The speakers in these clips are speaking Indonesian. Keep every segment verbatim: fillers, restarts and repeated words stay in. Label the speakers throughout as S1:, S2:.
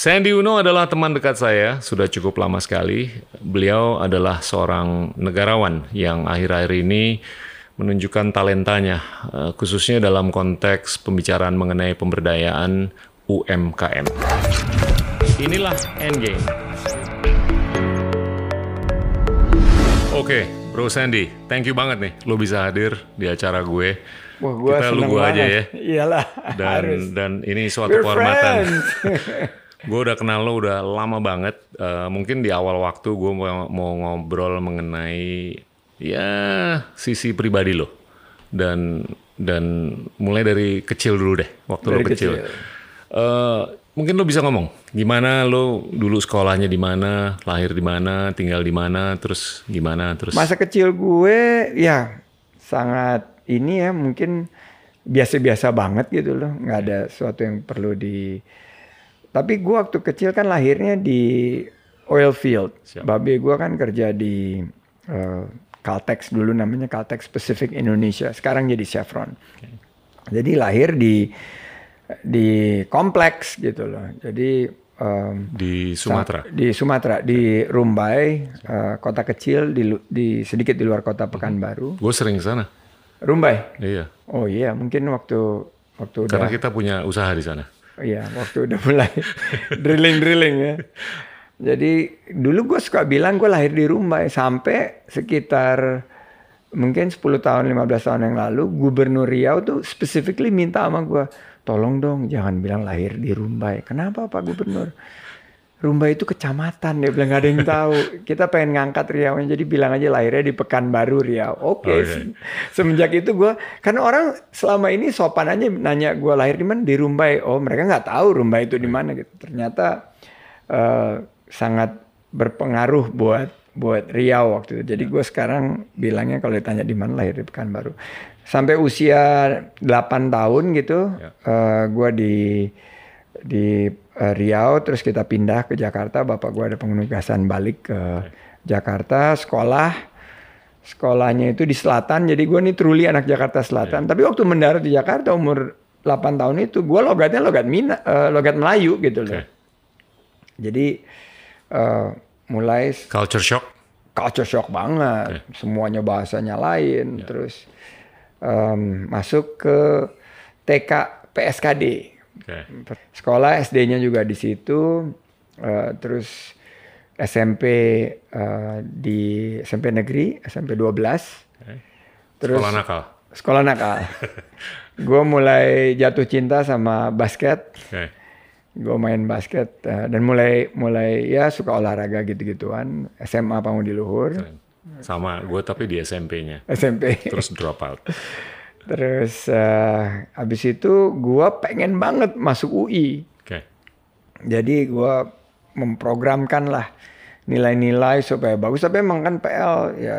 S1: Sandy Uno adalah teman dekat saya, sudah cukup lama sekali. Beliau adalah seorang negarawan yang akhir-akhir ini menunjukkan talentanya, khususnya dalam konteks pembicaraan mengenai pemberdayaan U M K M. Inilah Endgame. Oke, Bro Sandy, thank you banget nih lo bisa hadir di acara gue.
S2: Wah, gua
S1: Kita lu gua aja ya.
S2: Iyalah.
S1: Dan
S2: harus.
S1: dan ini suatu
S2: We're
S1: kehormatan. Gue udah kenal lo udah lama banget. Uh, mungkin di awal waktu gue mau, mau ngobrol mengenai ya sisi pribadi lo. Dan dan mulai dari kecil dulu deh, waktu dari lo kecil. kecil. Uh, mungkin lo bisa ngomong gimana lo dulu sekolahnya di mana, lahir di mana, tinggal di mana, terus gimana terus.
S2: Masa kecil gue ya sangat ini ya mungkin biasa-biasa banget gitu loh, nggak ada sesuatu yang perlu di. Tapi gue waktu kecil kan lahirnya di oil field. Siap. Babe gue kan kerja di uh, Caltex dulu, namanya Caltex Pacific Indonesia. Sekarang jadi Chevron. Okay. Jadi lahir di di kompleks gitu loh. Jadi um,
S1: di Sumatera.
S2: Di Sumatera, di Rumbai, uh, kota kecil di, di sedikit di luar kota Pekanbaru.
S1: Gue sering ke sana.
S2: Rumbai.
S1: Iya.
S2: Oh iya, mungkin waktu waktu
S1: karena
S2: udah,
S1: kita punya usaha di sana.
S2: Iya, waktu udah mulai drilling-drilling ya. Jadi dulu gue suka bilang gue lahir di Rumbai sampai sekitar mungkin sepuluh tahun, lima belas tahun yang lalu Gubernur Riau tuh specifically minta sama gue, tolong dong jangan bilang lahir di Rumbai. Kenapa Pak Gubernur? Rumbai itu kecamatan, dia bilang gak ada yang tahu. Kita pengen ngangkat Riau, jadi bilang aja lahirnya di Pekanbaru Riau. Oke, okay. okay. Semenjak itu gue, karena orang selama ini sopan aja nanya gue lahir di mana, di Rumbai. Oh mereka nggak tahu Rumbai itu di mana gitu. Ternyata uh, sangat berpengaruh buat buat Riau waktu itu. Jadi gue sekarang bilangnya kalau ditanya di mana lahir di Pekanbaru. Sampai usia delapan tahun gitu, yeah. uh, gue di di uh, Riau, terus kita pindah ke Jakarta. Bapak gue ada penugasan balik ke okay. Jakarta, sekolah. Sekolahnya itu di selatan, jadi gue nih truly anak Jakarta Selatan. Yeah. Tapi waktu mendarat di Jakarta umur delapan tahun itu, gue logatnya logat Mina, uh, logat Melayu gitu loh. Okay. Jadi uh, mulai
S1: culture shock,
S2: culture shock banget. Okay. Semuanya bahasanya lain. Yeah. Terus um, masuk ke T K P S K D. Okay. Sekolah S D-nya juga di situ, uh, terus S M P uh, di S M P negeri, S M P dua belas.
S1: Okay.
S2: Terus
S1: sekolah nakal.
S2: Sekolah nakal. Gue mulai jatuh cinta sama basket. Okay. Gue main basket uh, dan mulai mulai ya suka olahraga gitu-gituan. S M A Pangudi Luhur.
S1: Sama gue tapi di S M P-nya.
S2: S M P.
S1: Terus drop out.
S2: Terus uh, abis itu gue pengen banget masuk U I.
S1: Okay.
S2: Jadi gue memprogramkan lah nilai-nilai supaya bagus. Tapi emang kan P L ya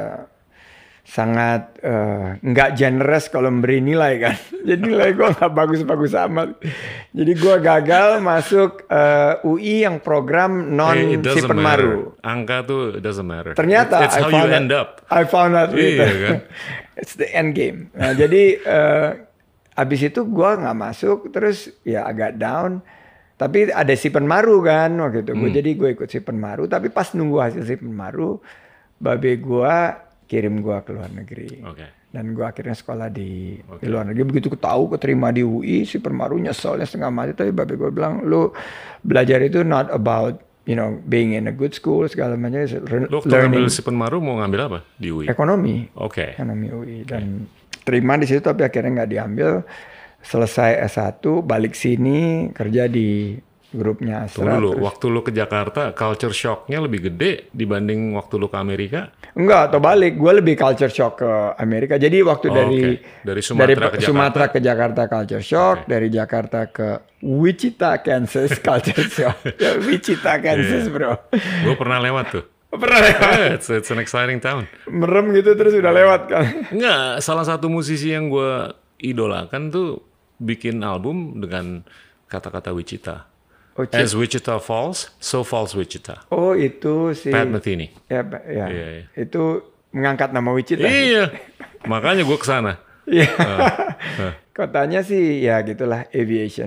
S2: sangat uh, nggak generous kalau memberi nilai kan. Jadi nilai gue nggak bagus-bagus amat. Jadi gue gagal masuk uh, U I yang program non
S1: hey,
S2: Sipenmaru.
S1: Angka tuh it doesn't matter.
S2: Ternyata
S1: it's
S2: I
S1: how
S2: found
S1: you
S2: out,
S1: end up.
S2: I found out
S1: iya,
S2: gitu.
S1: Kan?
S2: It's the end game. Nah, jadi uh, abis itu gue nggak masuk, terus ya agak down. Tapi ada Sipenmaru kan waktu itu. Hmm. Gua, jadi gue ikut Sipenmaru. Tapi pas nunggu hasil Sipenmaru, babe gue kirim gue ke luar negeri. Okay. Dan gue akhirnya sekolah di, okay. di luar negeri. Begitu ketahu keterima di U I, Sipenmaru nyeselnya setengah mati. Tapi babe gue bilang, lu belajar itu not about you know being in a good school segala macam.
S1: Lu waktu ngambil Sipenmaru mau ngambil apa di U I?
S2: Ekonomi.
S1: Oke. Okay.
S2: Ekonomi U I. Dan okay. terima di situ tapi akhirnya nggak diambil. Selesai S satu, balik sini kerja di grupnya Astra.
S1: Tunggu dulu,
S2: terus.
S1: Waktu lu ke Jakarta, culture shock-nya lebih gede dibanding waktu lu ke Amerika?
S2: Enggak, atau balik. Gue lebih culture shock ke Amerika. Jadi waktu
S1: oh,
S2: dari
S1: okay. dari Sumatera,
S2: dari
S1: ke, Jakarta.
S2: Sumatera ke Jakarta culture shock, okay. dari Jakarta ke Wichita, Kansas culture shock. Wichita, Kansas, yeah. bro.
S1: Gue pernah lewat tuh.
S2: Pernah lewat?
S1: Yeah, it's, it's an exciting town.
S2: Merem gitu terus udah lewat kan?
S1: Enggak, salah satu musisi yang gue idolakan tuh bikin album dengan kata-kata Wichita. Oh, As Wichita Falls, so falls Wichita.
S2: Oh itu si
S1: Pat Metheny.
S2: Ya, ya. Iya, iya. Itu mengangkat nama Wichita.
S1: Iya, makanya gue kesana.
S2: Iya. uh, uh. Kotanya sih ya gitulah aviation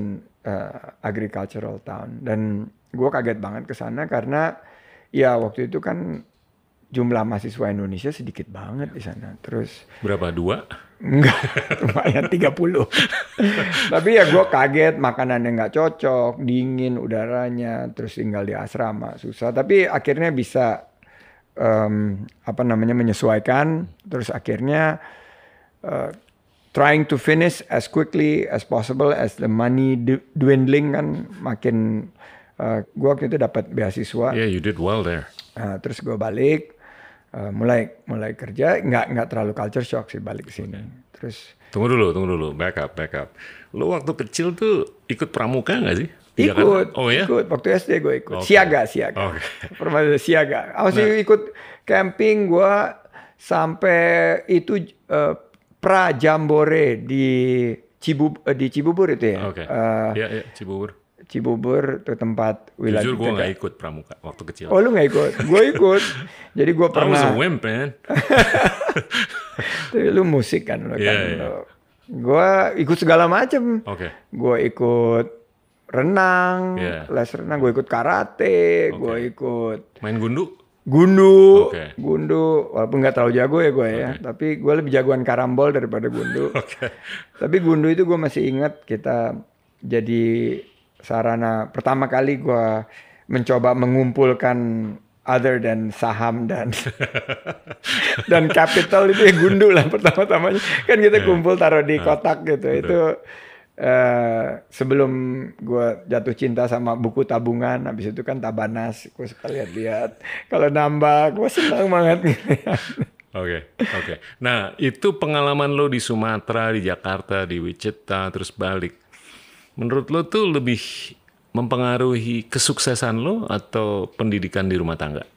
S2: uh, agricultural town. Dan gue kaget banget ke sana karena ya waktu itu kan jumlah mahasiswa Indonesia sedikit banget di sana. Terus
S1: berapa? Dua?
S2: Enggak, lumayan tiga puluh. Tapi ya gue kaget, makanannya nggak cocok, dingin udaranya, terus tinggal di asrama susah. Tapi akhirnya bisa um, apa namanya menyesuaikan. Terus akhirnya uh, trying to finish as quickly as possible as the money dwindling kan makin. Uh, gue waktu itu dapat beasiswa.
S1: Yeah, you did well there.
S2: Uh, terus gue balik. Uh, mulai mulai kerja nggak nggak terlalu culture shock sih balik ke sini. Okay. Terus
S1: tunggu dulu tunggu dulu back up back up. Lu waktu kecil tuh ikut pramuka nggak sih?
S2: Ikut.
S1: Oh ya?
S2: Ikut waktu S D gue ikut.
S1: Okay.
S2: Siaga siaga.
S1: Okay.
S2: Permainan siaga. Masih nah. ikut camping gue sampai itu uh, pra jambore di Cibub uh, di Cibubur itu ya.
S1: Oke. Okay.
S2: Uh,
S1: ya ya Cibubur.
S2: Cibubur tuh tempat wilayah.
S1: Jujur gue nggak ikut pramuka waktu kecil.
S2: Oh lu nggak ikut? Gue ikut. Jadi gue pernah.
S1: I was a wimp man.
S2: Tapi lu musik kan lo
S1: yeah,
S2: kan.
S1: Yeah.
S2: Gue ikut segala macem.
S1: Oke. Okay.
S2: Gue ikut renang, yeah. les renang. Gue ikut karate. Okay. Gue ikut.
S1: Main gundu?
S2: Gundu,
S1: okay.
S2: gundu. Walaupun nggak terlalu jago ya gue okay. ya. Tapi gue lebih jagoan karambol daripada gundu.
S1: Okay.
S2: Tapi gundu itu gue masih ingat kita jadi sarana pertama kali gue mencoba mengumpulkan other than saham dan dan capital itu ya gundu lah pertama-tamanya kan kita kumpul taruh di kotak gitu. Itu uh, sebelum gue jatuh cinta sama buku tabungan, habis itu kan Tabanas gue suka lihat-lihat kalau nambah gue senang banget gitu.
S1: Oke, oke. Nah itu pengalaman lo di Sumatera, di Jakarta, di Wichita, terus balik. Menurut lo tuh lebih mempengaruhi kesuksesan lo atau pendidikan di rumah tangga?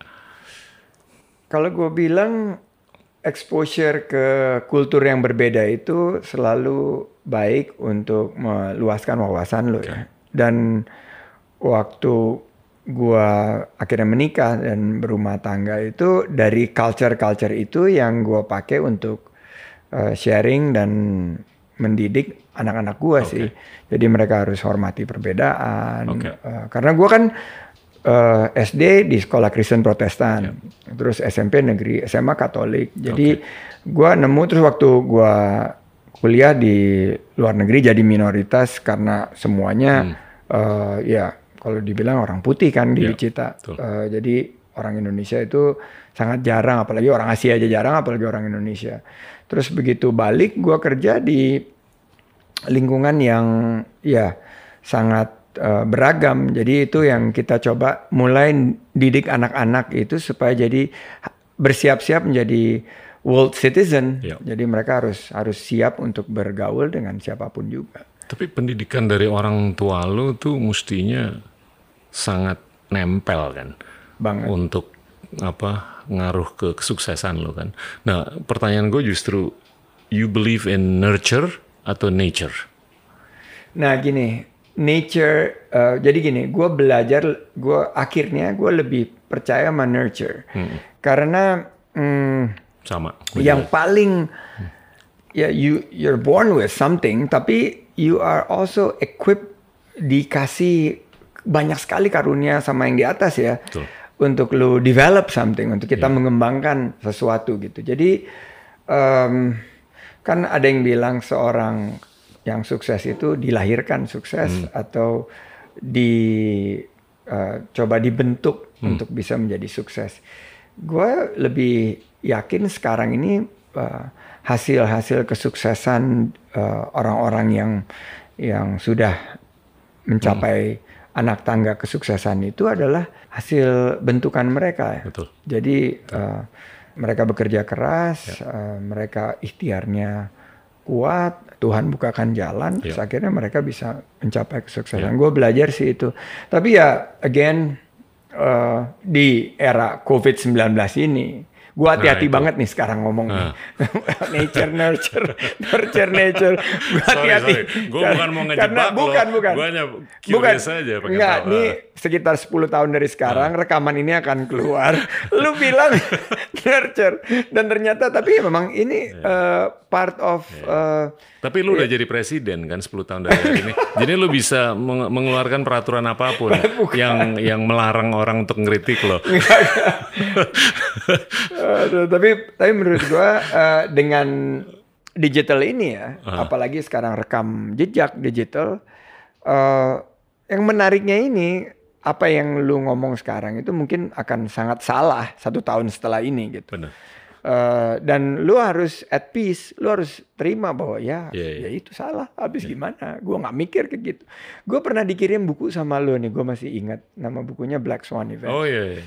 S2: Kalau gue bilang exposure ke kultur yang berbeda itu selalu baik untuk meluaskan wawasan lo okay. ya. Dan waktu gue akhirnya menikah dan berumah tangga itu dari culture-culture itu yang gue pakai untuk uh, sharing dan mendidik anak-anak gue okay. sih. Jadi mereka harus hormati perbedaan. Okay. Uh, karena gue kan uh, S D di sekolah Kristen Protestan. Yeah. Terus S M P negeri, S M A Katolik. Jadi okay. gue nemu terus waktu gue kuliah di luar negeri jadi minoritas karena semuanya hmm. uh, ya kalau dibilang orang putih kan di yeah. Wichita. Uh, jadi orang Indonesia itu sangat jarang, apalagi orang Asia aja jarang, apalagi orang Indonesia. Terus begitu balik, gue kerja di lingkungan yang ya sangat uh, beragam. Jadi itu yang kita coba mulai didik anak-anak itu supaya jadi bersiap-siap menjadi world citizen. Ya. Jadi mereka harus harus siap untuk bergaul dengan siapapun juga.
S1: Tapi pendidikan dari orang tua lo tuh mestinya sangat nempel kan,
S2: banget.
S1: Untuk apa? Ngaruh ke kesuksesan lo kan. Nah, pertanyaan gue justru, you believe in nurture atau nature?
S2: Nah gini, nature, uh, jadi gini, gue belajar, gue akhirnya gue lebih percaya sama nurture. Hmm. Karena hmm,
S1: sama.
S2: Yang paling, hmm. ya you you're born with something, tapi you are also equipped, dikasih banyak sekali karunia sama yang di atas ya. Betul. Untuk lu develop something, untuk kita yeah. mengembangkan sesuatu gitu. Jadi um, kan ada yang bilang seorang yang sukses itu dilahirkan sukses hmm. atau di uh, coba dibentuk hmm. untuk bisa menjadi sukses. Gue lebih yakin sekarang ini uh, hasil-hasil kesuksesan uh, orang-orang yang yang sudah mencapai hmm. anak tangga kesuksesan itu adalah hasil bentukan mereka.
S1: Betul.
S2: Jadi uh, mereka bekerja keras, ya. uh, mereka ikhtiarnya kuat, Tuhan bukakan jalan, ya. Terus akhirnya mereka bisa mencapai kesuksesan. Ya. Gue belajar sih itu. Tapi ya again uh, di era covid sembilan belas ini Gue hati-hati
S1: Nah,
S2: banget nih sekarang ngomong
S1: Nah.
S2: nature, nurture, nurture, nature. Gue
S1: Sorry,
S2: hati-hati.
S1: sorry. Gue bukan mau ngejebak
S2: Karena,
S1: lo.
S2: bukan, bukan.
S1: Gue hanya
S2: Bukan.
S1: curious aja pengen
S2: Enggak,
S1: tahu.
S2: ini
S1: Ah.
S2: sekitar sepuluh tahun dari sekarang rekaman ini akan keluar. Lu bilang nurture. Dan ternyata, tapi memang ini uh, part of... Uh,
S1: Tapi lu udah jadi presiden kan sepuluh tahun dari hari ini. Jadi lu bisa meng- mengeluarkan peraturan apapun yang yang melarang orang untuk ngeritik lo.
S2: Aduh, tapi tapi menurut gua uh, dengan digital ini ya,
S1: Uh.
S2: apalagi sekarang rekam jejak digital, uh, yang menariknya ini apa yang lu ngomong sekarang itu mungkin akan sangat salah satu tahun setelah ini gitu.
S1: Benar.
S2: Uh, dan lu harus at peace, lu harus terima bahwa ya,
S1: Yeah, yeah.
S2: ya itu salah. Habis gimana? Gua nggak mikir kayak gitu. Gue pernah dikirim buku sama lu nih, gue masih ingat nama bukunya Black Swan Event.
S1: Oh iya. iya.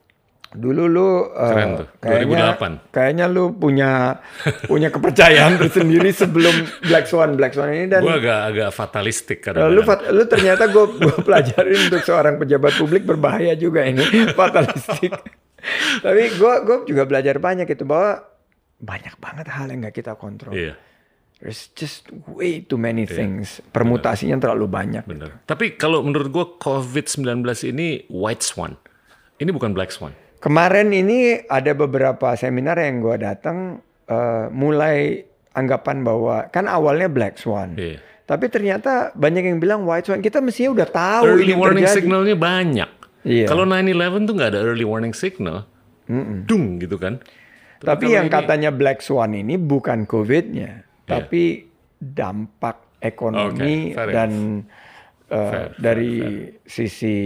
S2: Dulu lu uh,
S1: Keren tuh, dua ribu
S2: kayaknya
S1: delapan.
S2: kayaknya lu punya punya kepercayaan tersendiri sebelum Black Swan Black Swan ini dan
S1: Gue agak agak fatalistik
S2: uh,
S1: kadang-kadang.
S2: lu fat- lu ternyata gue gue pelajarin untuk seorang pejabat publik berbahaya juga ini fatalistik. Tapi gue gue juga belajar banyak itu bahwa banyak banget hal yang nggak kita kontrol.
S1: Iya.
S2: There's just way too many things. Permutasinya terlalu banyak.
S1: Bener. Tapi kalau menurut gue covid sembilan belas ini white swan. Ini bukan black swan.
S2: Kemarin ini ada beberapa seminar yang gue datang uh, mulai anggapan bahwa kan awalnya black swan.
S1: Iya.
S2: Tapi ternyata banyak yang bilang white swan. Kita mestinya udah tahu
S1: Early
S2: ini
S1: warning
S2: terjadi.
S1: signalnya banyak.
S2: Iya.
S1: Kalau nine eleven tuh nggak ada early warning signal. Dung gitu kan.
S2: Tapi
S1: kalau
S2: yang
S1: ini-
S2: katanya black swan ini bukan COVID-nya. Tapi dampak ekonomi
S1: Okay, fair
S2: dan uh,
S1: Fair,
S2: dari sisi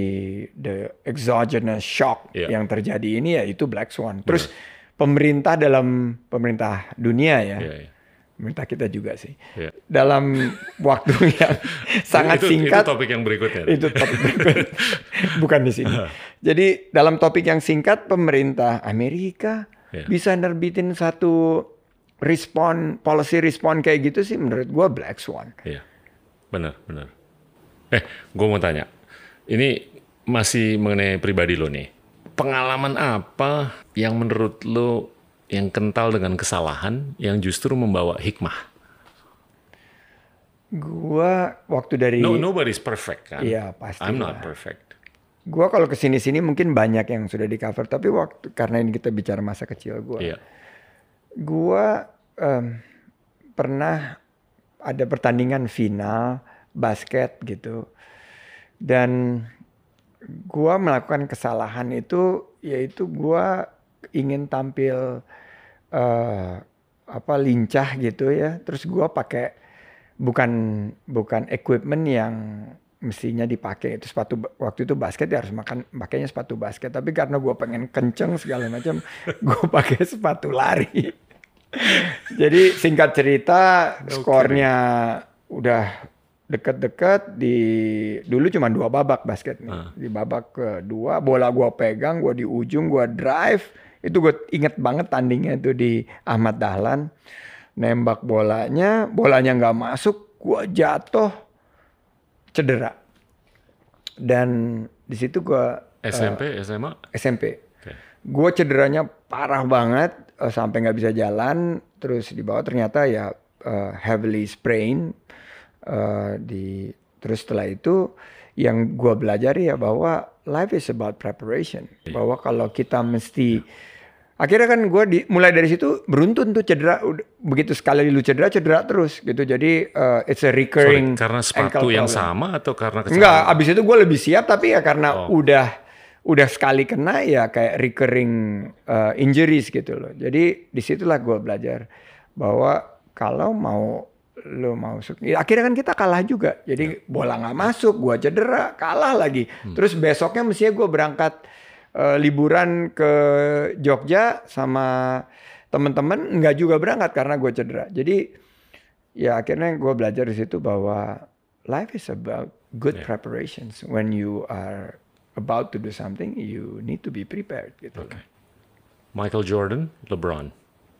S2: the exogenous shock
S1: Iya.
S2: yang terjadi ini ya itu black swan. Terus pemerintah dalam pemerintah dunia ya,
S1: Iya, iya.
S2: pemerintah kita juga sih,
S1: Iya.
S2: dalam waktu yang sangat
S1: itu,
S2: singkat.
S1: Itu topik yang berikutnya.
S2: Itu topik berikut. Bukan di sini. Jadi dalam topik yang singkat pemerintah Amerika
S1: Iya.
S2: bisa nerbitin satu respon, policy respon kayak gitu sih menurut gua black swan.
S1: Iya, benar, benar. Eh, gue mau tanya. Ini masih mengenai pribadi lo nih. Pengalaman apa yang menurut lo yang kental dengan kesalahan yang justru membawa hikmah?
S2: Gua waktu dari
S1: No, nobody's perfect kan?
S2: Iya, pasti
S1: I'm
S2: lah.
S1: not perfect.
S2: gua kalau kesini-sini mungkin banyak yang sudah di cover, tapi waktu karena ini kita bicara masa kecil gua.
S1: Iya.
S2: Gua em, pernah ada pertandingan final basket gitu. Dan gua melakukan kesalahan itu yaitu gua ingin tampil eh, apa lincah gitu ya. Terus gua pakai bukan bukan equipment yang mestinya dipakai itu sepatu waktu itu basket ya harus makan pakainya sepatu basket, tapi karena gua pengen kenceng segala macam gua pakai sepatu lari. Jadi singkat cerita skornya udah deket-deket di dulu cuma dua babak basket nih.
S1: Ah.
S2: Di babak kedua bola gua pegang, gua di ujung, gua drive. Itu gue inget banget tandingnya itu di Ahmad Dahlan. Nembak bolanya, bolanya nggak masuk, gua jatuh cedera. Dan di situ gua
S1: S M P, S M A?
S2: S M P.
S1: Oke.
S2: Gue cederanya parah banget eh, sampai nggak bisa jalan. Terus di bawah ternyata ya eh, heavily sprain. Eh, di terus setelah itu yang gue belajar ya bahwa life is about preparation. Bahwa kalau kita mesti akhirnya kan gue di, mulai dari situ beruntun tuh cedera. Udah- begitu sekali lu cedera cedera terus gitu. Jadi eh, it's a
S1: Sorry,
S2: recurring
S1: karena sepatu
S2: ankle
S1: yang
S2: problem.
S1: sama atau karena kecelakaan?
S2: Enggak, abis itu gue lebih siap tapi ya karena
S1: Oh.
S2: udah udah sekali kena ya kayak recurring uh, injuries gitu loh. Jadi disitulah gue belajar bahwa kalau mau lo mau suk- ya, akhirnya kan kita kalah juga. Jadi bola nggak masuk, gue cedera, kalah lagi. Terus besoknya mestinya gue berangkat uh, liburan ke Jogja sama teman-teman, nggak juga berangkat karena gue cedera. Jadi ya akhirnya gue belajar di situ bahwa life is about good preparations. When you are about to do something, you need to be prepared gitu.
S1: Oke. Michael Jordan, LeBron.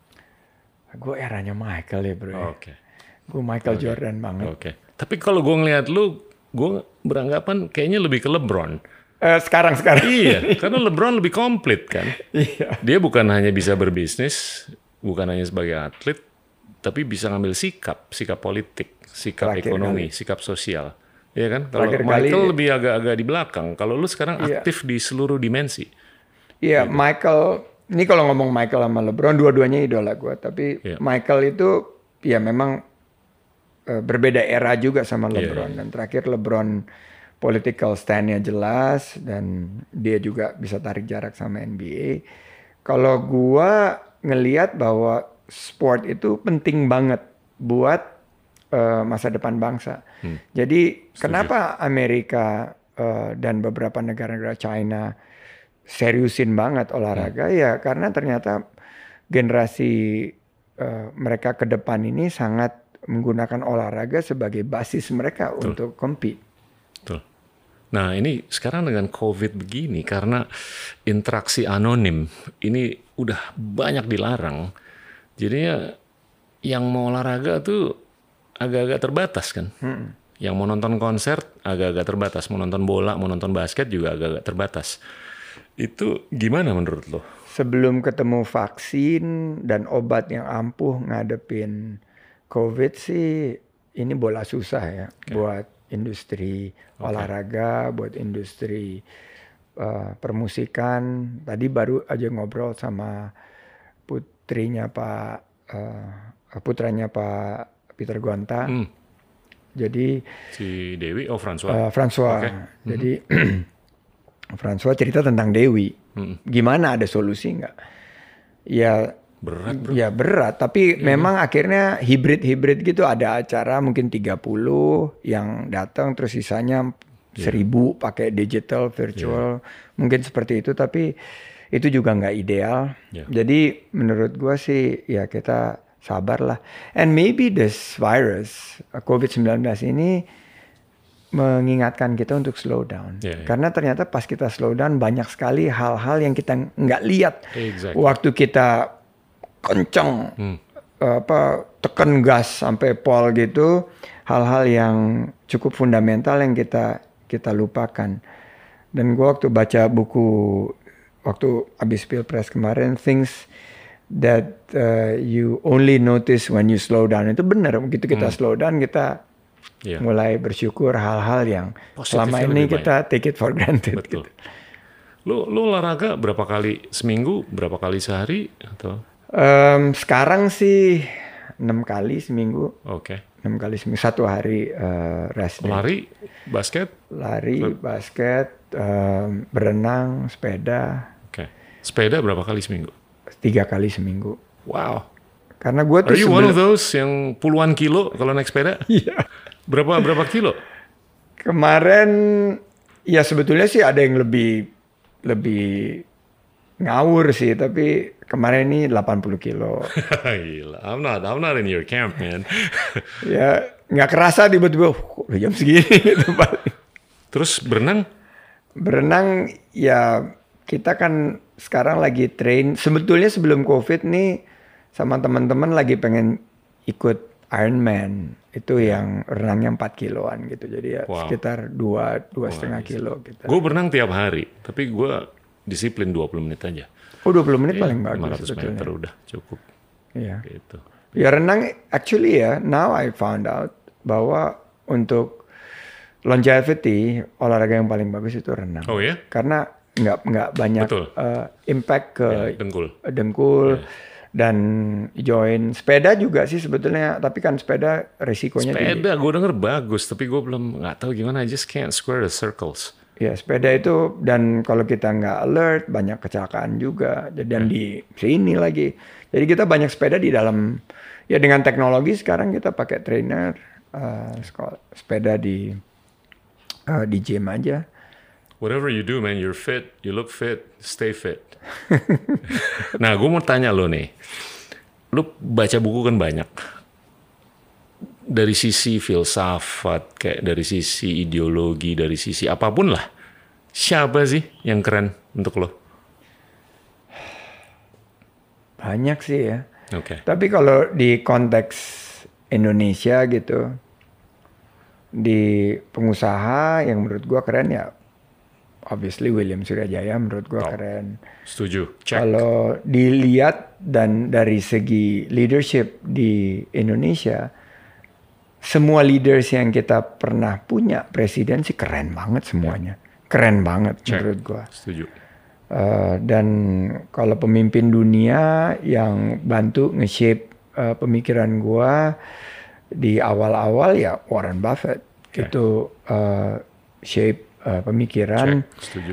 S2: Gue eranya Michael ya bro.
S1: Oke.
S2: Gue Michael Jordan banget.
S1: Oke. Tapi kalau gue ngelihat lu, gue beranggapan kayaknya lebih ke LeBron.
S2: Uh, sekarang sekarang.
S1: Iya, karena LeBron lebih komplit kan.
S2: Iya.
S1: Dia bukan hanya bisa berbisnis, bukan hanya sebagai atlet, tapi bisa ngambil sikap, sikap politik, sikap
S2: Terakhir
S1: ekonomi,
S2: kali.
S1: sikap sosial. Iya kan? Kalau
S2: Terakhir
S1: Michael
S2: kali-
S1: lebih agak-agak di belakang. Kalau lu sekarang
S2: Iya.
S1: aktif di seluruh dimensi.
S2: Iya, Michael. Ini kalau ngomong Michael sama LeBron, dua-duanya idola gue. Tapi
S1: Iya.
S2: Michael itu ya memang uh, berbeda era juga sama
S1: Iya,
S2: LeBron.
S1: iya.
S2: Dan terakhir LeBron political stand-nya jelas dan dia juga bisa tarik jarak sama N B A. Kalau gua ngelihat bahwa sport itu penting banget buat uh, masa depan bangsa.
S1: Hmm.
S2: Jadi kenapa Amerika uh, dan beberapa negara-negara China seriusin banget olahraga
S1: Hmm.
S2: ya karena ternyata generasi uh, mereka ke depan ini sangat menggunakan olahraga sebagai basis mereka
S1: Betul.
S2: untuk compete.
S1: Betul. Nah ini sekarang dengan COVID begini, karena interaksi anonim ini udah banyak dilarang, jadinya yang mau olahraga tuh agak-agak terbatas kan.
S2: Hmm.
S1: Yang mau nonton konser agak-agak terbatas, mau nonton bola, mau nonton basket juga agak-agak terbatas. Itu gimana menurut lo?
S2: Sebelum ketemu vaksin dan obat yang ampuh ngadepin COVID sih, ini bola susah ya buat industri olahraga, buat industri uh, permusikan. Tadi baru aja ngobrol sama putrinya Pak, uh, putranya Pak Peter Gonta.
S1: Hmm.
S2: Jadi
S1: Si Dewi, oh François.
S2: uh, François.
S1: Oke.
S2: Jadi François cerita tentang Dewi.
S1: Hmm.
S2: Gimana, ada solusi nggak? Ya
S1: Berat bro.
S2: ya berat, tapi memang akhirnya hibrid-hibrid gitu, ada acara mungkin tiga puluh yang datang terus sisanya seribu pakai digital virtual. Mungkin seperti itu, tapi itu juga nggak ideal.
S1: Yeah.
S2: Jadi menurut gua sih ya kita sabar lah. And maybe this virus COVID nineteen belas ini mengingatkan kita untuk slow down.
S1: Yeah, yeah.
S2: Karena ternyata pas kita slow down banyak sekali hal-hal yang kita nggak lihat.
S1: Exactly.
S2: Waktu kita kenceng,
S1: Hmm.
S2: apa tekan gas sampai pol gitu, hal-hal yang cukup fundamental yang kita kita lupakan. Dan gue waktu baca buku waktu habis Pilpres kemarin, things that uh, you only notice when you slow down, itu benar. Begitu kita
S1: Hmm.
S2: slow down, kita
S1: Iya.
S2: mulai bersyukur hal-hal yang
S1: Positifnya
S2: selama ini
S1: lebih
S2: kita take it for granted.
S1: Betul.
S2: Gitu.
S1: Lu, lu olahraga berapa kali seminggu, berapa kali sehari atau?
S2: Um, sekarang sih enam kali seminggu,
S1: Oke.
S2: enam kali seminggu, satu hari uh, rest day.
S1: Lari, basket,
S2: Lari, basket, um, berenang, sepeda,
S1: oke. Sepeda berapa kali seminggu?
S2: tiga kali seminggu.
S1: Wow.
S2: Karena gue tuh
S1: Are you one of
S2: sebelum-
S1: those yang puluhan kilo kalau naik sepeda?
S2: Iya.
S1: Berapa berapa kilo?
S2: Kemarin ya sebetulnya sih ada yang lebih lebih ngawur sih, tapi kemarin ini delapan puluh kilo.
S1: Gila, I'm not I'm not in your camp, man.
S2: Ya nggak kerasa tiba-tiba, kok udah jam segini gitu paling.
S1: Terus berenang?
S2: Berenang ya kita kan sekarang lagi train. Sebetulnya sebelum COVID nih sama teman-teman lagi pengen ikut Ironman. Itu yang renangnya empat kiloan gitu. Jadi ya
S1: Wow.
S2: sekitar dua dua setengah kilo kita.
S1: Gue berenang tiap hari, tapi gue disiplin dua puluh menit aja.
S2: Oh dua puluh menit paling
S1: lima
S2: bagus
S1: ratus
S2: sebetulnya.
S1: meter udah cukup.
S2: Iya.
S1: Gitu.
S2: Ya renang actually ya, now I found out bahwa untuk longevity olahraga yang paling bagus itu renang.
S1: Oh ya?
S2: Karena nggak nggak banyak
S1: Betul.
S2: uh, impact ke
S1: Ya, dengkul.
S2: dengkul dan join. Sepeda juga sih sebetulnya, tapi kan sepeda risikonya tinggi.
S1: Sepeda gue denger bagus, tapi gue belum nggak tahu gimana. I just can't square the circles.
S2: Ya sepeda itu, dan kalau kita nggak alert banyak kecelakaan juga. Jadi dan di sini lagi. Jadi kita banyak sepeda di dalam. Ya dengan teknologi sekarang kita pakai trainer, uh, sekolah- sepeda di uh, di gym aja.
S1: Whatever you do, man, you're fit, you look fit, stay fit. Nah, gue mau tanya lo nih, lo baca buku kan banyak. Dari sisi filsafat, kayak dari sisi ideologi, dari sisi apapun lah. Siapa sih yang keren untuk lo?
S2: Banyak sih ya.
S1: Oke.
S2: Tapi kalau di konteks Indonesia gitu, di pengusaha yang menurut gua keren ya obviously William Suryajaya menurut gue
S1: Oh.
S2: keren.
S1: Setuju. Check.
S2: Kalau dilihat dan dari segi leadership di Indonesia, semua leaders yang kita pernah punya presiden sih keren banget semuanya, keren banget
S1: Check.
S2: menurut gue.
S1: Setuju.
S2: Uh, dan kalau pemimpin dunia yang bantu nge-shape uh, pemikiran gua di awal-awal ya Warren Buffett.
S1: Okay.
S2: Itu uh, shape uh, pemikiran.
S1: Check. Setuju.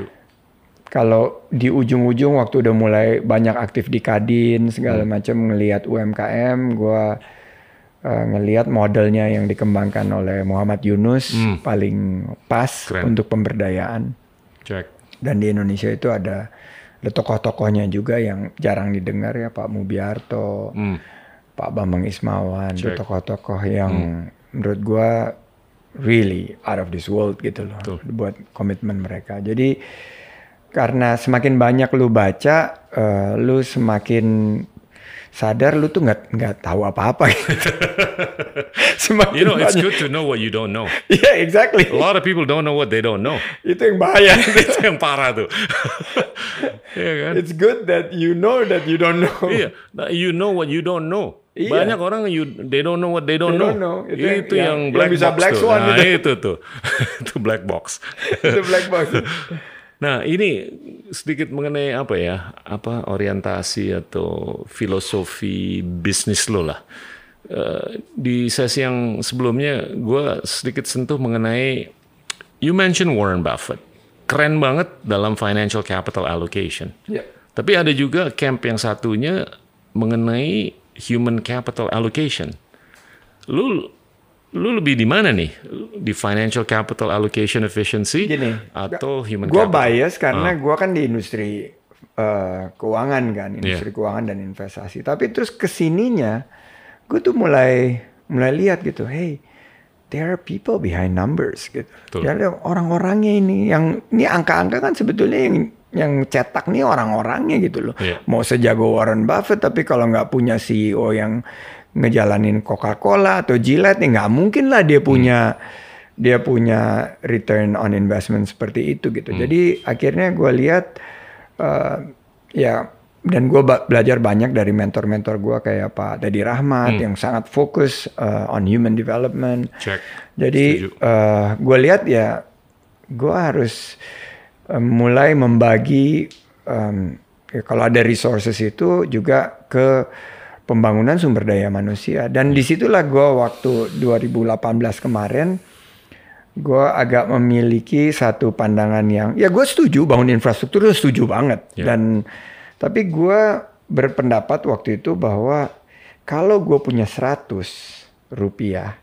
S2: Kalau di ujung-ujung waktu udah mulai banyak aktif di Kadin segala
S1: Hmm.
S2: macam ngelihat U M K M, gua uh, ngelihat modelnya yang dikembangkan oleh Muhammad Yunus
S1: Hmm.
S2: paling pas
S1: Keren.
S2: untuk pemberdayaan.
S1: Check.
S2: Dan di Indonesia itu ada, ada tokoh-tokohnya juga yang jarang didengar ya, Pak Mubiarto,
S1: Hmm.
S2: Pak Bambang Ismawan, itu
S1: Check.
S2: tokoh-tokoh yang menurut gua really out of this world gitu loh,
S1: Betul.
S2: buat komitmen mereka. Jadi karena semakin banyak lu baca, eh, lu semakin sadar lu tuh nggak nggak tahu apa-apa gitu. Semakin
S1: You know, it's
S2: banyak.
S1: good to know what you don't know.
S2: Yeah, exactly.
S1: A lot of people don't know what they don't know.
S2: Itu yang bahaya.
S1: Itu yang parah tuh. Iya kan?
S2: It's good that you know that you don't know.
S1: Iya, nah, you know what you don't know.
S2: Iya.
S1: Banyak orang you they don't know what they don't
S2: They
S1: know.
S2: don't know. Itu
S1: Itu,
S2: yang-
S1: yang,
S2: yang
S1: black
S2: bisa
S1: box
S2: black
S1: tuh.
S2: swan
S1: Nah,
S2: gitu.
S1: itu tuh. Itu black box.
S2: Itu black box.
S1: Nah, ini sedikit mengenai apa ya? Apa orientasi atau filosofi bisnis lo lah. Eh, di sesi yang sebelumnya gue sedikit sentuh mengenai you mention Warren Buffett. Keren banget dalam financial capital allocation.
S2: Ya.
S1: Tapi ada juga camp yang satunya mengenai human capital allocation. Lu lu lebih di mana nih? Di financial capital allocation efficiency
S2: Gini,
S1: atau human
S2: Gue
S1: capital?
S2: bias karena
S1: Ah.
S2: gue kan di industri eh, keuangan kan, industri
S1: Iya.
S2: keuangan dan investasi. Tapi terus kesininya, gue tuh mulai mulai lihat gitu, hey, there are people behind numbers gitu.
S1: Betul.
S2: Jadi orang-orangnya ini, yang ini angka-angka kan sebetulnya yang yang cetak nih orang-orangnya gitu loh.
S1: Iya.
S2: Mau sejago Warren Buffett, tapi kalau nggak punya C E O yang ngejalanin Coca-Cola atau Gillette, ya nggak mungkin lah dia punya dia punya return on investment seperti itu gitu. Jadi akhirnya gue lihat uh, ya, dan gue ba- belajar banyak dari mentor-mentor gue kayak Pak Dadi Rahmat yang sangat fokus uh, on human development.
S1: Check.
S2: Jadi
S1: Setuju.
S2: uh, gue lihat ya, gue harus uh, mulai membagi um, ya, kalau ada resources itu juga ke pembangunan sumber daya manusia. Dan disitulah gue waktu dua ribu delapan belas kemarin, gue agak memiliki satu pandangan yang, ya gue setuju bangun infrastruktur, itu setuju banget.
S1: Ya.
S2: Dan tapi gue berpendapat waktu itu bahwa kalau gue punya seratus rupiah,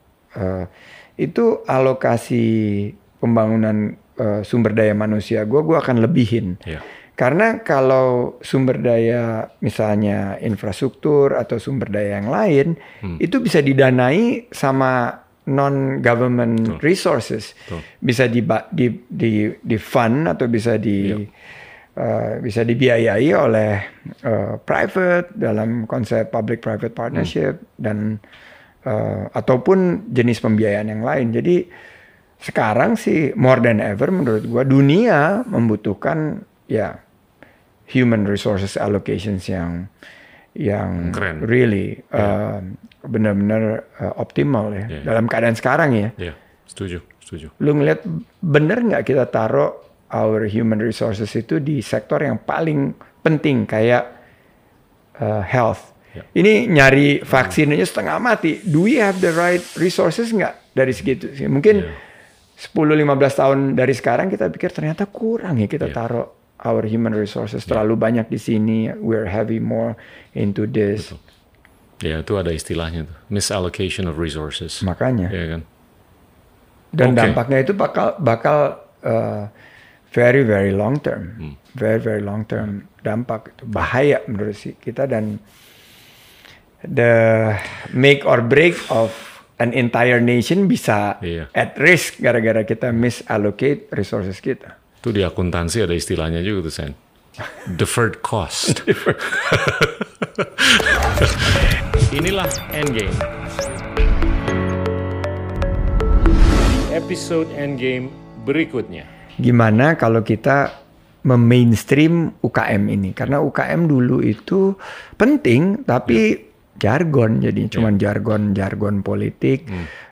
S2: eh, itu alokasi pembangunan eh, sumber daya manusia gue, gue akan lebihin.
S1: Ya.
S2: Karena kalau sumber daya misalnya infrastruktur atau sumber daya yang lain,
S1: Hmm.
S2: itu bisa didanai sama non-government resources.
S1: Betul.
S2: Bisa di, di, di, di fund atau bisa di...
S1: Iya.
S2: Uh, bisa dibiayai oleh uh, private dalam konsep public-private partnership dan uh, ataupun jenis pembiayaan yang lain. Jadi sekarang sih more than ever menurut gua dunia membutuhkan ya human resources allocations yang yang
S1: Keren.
S2: really uh, benar-benar uh, optimal ya
S1: Yeah.
S2: dalam keadaan sekarang ya.
S1: Ya, setuju, setuju.
S2: Lu ngeliat bener nggak kita taruh our human resources itu di sektor yang paling penting kayak uh, health.
S1: Ya.
S2: Ini nyari vaksin aja setengah mati. Do we have the right resources nggak dari segitu? Mungkin
S1: Ya.
S2: sepuluh sampai lima belas tahun dari sekarang kita pikir ternyata kurang ya kita
S1: Ya.
S2: taruh our human resources terlalu banyak di sini. We're heavy more into this.
S1: Betul. Ya, itu ada istilahnya tuh, misallocation of resources.
S2: Makanya.
S1: Ya kan?
S2: Dan
S1: Oke.
S2: dampaknya itu bakal bakal uh, very very long term,
S1: Hmm.
S2: very very long term dampak itu bahaya menurut si kita. Dan the make or break of an entire nation bisa
S1: Iya.
S2: at risk gara-gara kita misallocate resources kita.
S1: Itu di akuntansi ada istilahnya juga tuh, Sen. Deferred cost. Inilah Endgame. Episode Endgame berikutnya.
S2: gimana kalau kita memainstream U K M ini. Karena U K M dulu itu penting, tapi jargon, jadi cuman jargon-jargon politik.
S1: Hmm.